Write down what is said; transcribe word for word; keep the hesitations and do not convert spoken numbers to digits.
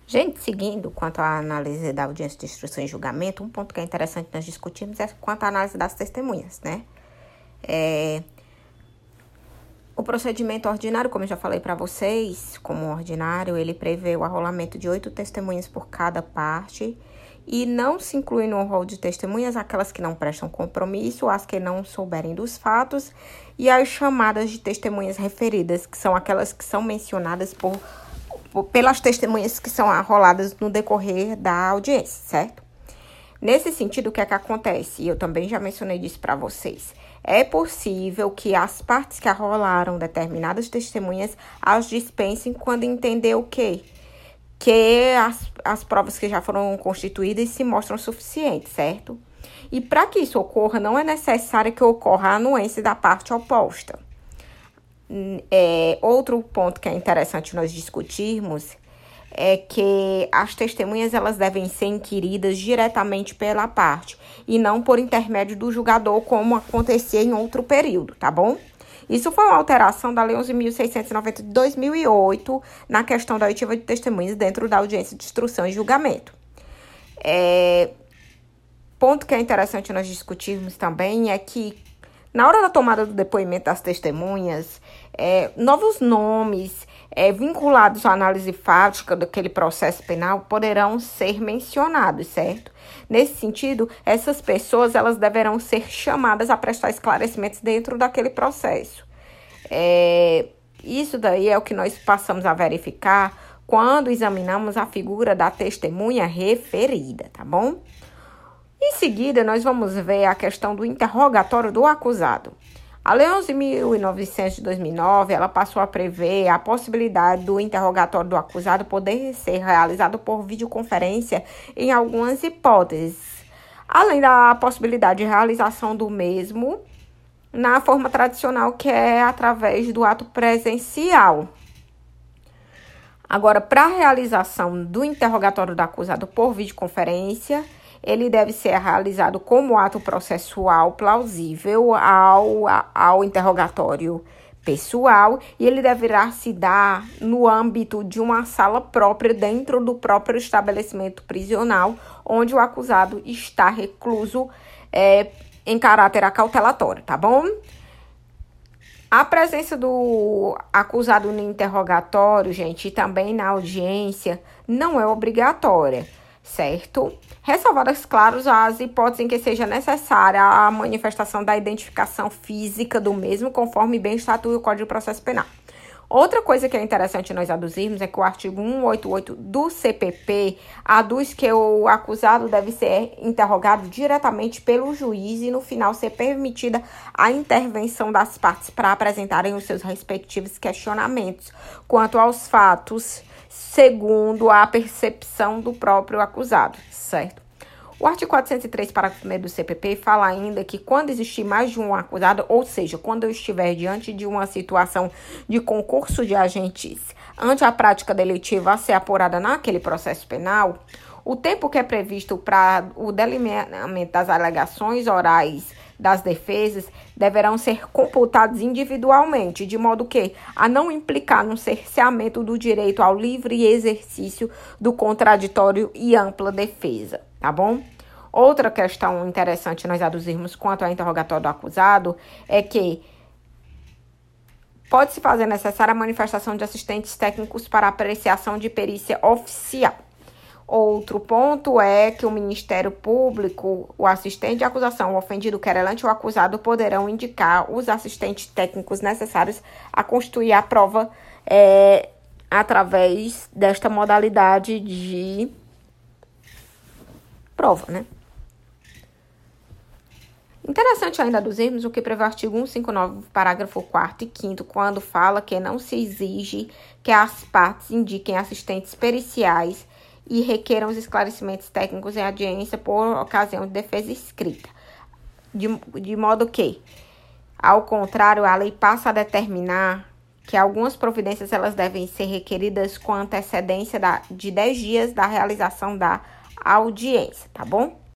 Gente, seguindo quanto à análise da audiência de instrução e julgamento, um ponto que é interessante nós discutirmos é quanto à análise das testemunhas, né? É, o procedimento ordinário, como eu já falei para vocês, como ordinário, ele prevê o arrolamento de oito testemunhas por cada parte e não se inclui no rol de testemunhas aquelas que não prestam compromisso, as que não souberem dos fatos e as chamadas de testemunhas referidas, que são aquelas que são mencionadas por pelas testemunhas que são arroladas no decorrer da audiência, certo? Nesse sentido, o que é que acontece? E eu também já mencionei disso para vocês. É possível que as partes que arrolaram determinadas testemunhas as dispensem quando entender o quê? Que as, as provas que já foram constituídas se mostram suficientes, certo? E para que isso ocorra, não é necessário que ocorra a anuência da parte oposta. É, outro ponto que é interessante nós discutirmos é que as testemunhas elas devem ser inquiridas diretamente pela parte e não por intermédio do julgador, como acontecia em outro período, tá bom? Isso foi uma alteração da Lei onze mil seiscentos e noventa de dois mil e oito na questão da oitiva de testemunhas dentro da audiência de instrução e julgamento. É, ponto que é interessante nós discutirmos também é que na hora da tomada do depoimento das testemunhas, é, novos nomes é, vinculados à análise fática daquele processo penal poderão ser mencionados, certo? Nesse sentido, essas pessoas elas deverão ser chamadas a prestar esclarecimentos dentro daquele processo. É, isso daí é o que nós passamos a verificar quando examinamos a figura da testemunha referida, tá bom? Em seguida, nós vamos ver a questão do interrogatório do acusado. A Lei onze mil e novecentos de dois mil e nove, ela passou a prever a possibilidade do interrogatório do acusado poder ser realizado por videoconferência em algumas hipóteses, além da possibilidade de realização do mesmo na forma tradicional, que é através do ato presencial. Agora, para a realização do interrogatório do acusado por videoconferência, ele deve ser realizado como ato processual plausível ao, ao interrogatório pessoal e ele deverá se dar no âmbito de uma sala própria dentro do próprio estabelecimento prisional, onde o acusado está recluso é, em caráter acautelatório, tá bom? A presença do acusado no interrogatório, gente, e também na audiência, não é obrigatória, certo? Ressalvadas, claro, as hipóteses em que seja necessária a manifestação da identificação física do mesmo, conforme bem estatui o Código de Processo Penal. Outra coisa que é interessante nós aduzirmos é que o artigo cento e oitenta e oito do C P P aduz que o acusado deve ser interrogado diretamente pelo juiz e, no final, ser permitida a intervenção das partes para apresentarem os seus respectivos questionamentos quanto aos fatos, segundo a percepção do próprio acusado, certo? O artigo quatrocentos e três, parágrafo primeiro do C P P, fala ainda que quando existir mais de um acusado, ou seja, quando eu estiver diante de uma situação de concurso de agentes ante a prática delitiva a ser apurada naquele processo penal, o tempo que é previsto para o delineamento das alegações orais das defesas deverão ser computados individualmente, de modo que a não implicar no cerceamento do direito ao livre exercício do contraditório e ampla defesa, tá bom? Outra questão interessante nós aduzirmos quanto ao interrogatório do acusado é que pode-se fazer necessária a manifestação de assistentes técnicos para apreciação de perícia oficial. Outro ponto é que o Ministério Público, o assistente de acusação, o ofendido, o querelante ou o acusado poderão indicar os assistentes técnicos necessários a constituir a prova é, através desta modalidade de prova, né? Interessante ainda aduzirmos o que prevê o artigo cento e cinquenta e nove, parágrafo quarto e quinto, quando fala que não se exige que as partes indiquem assistentes periciais e requeram os esclarecimentos técnicos em audiência por ocasião de defesa escrita. De, de modo que, ao contrário, a lei passa a determinar que algumas providências elas devem ser requeridas com antecedência da, de dez dias da realização da audiência, tá bom?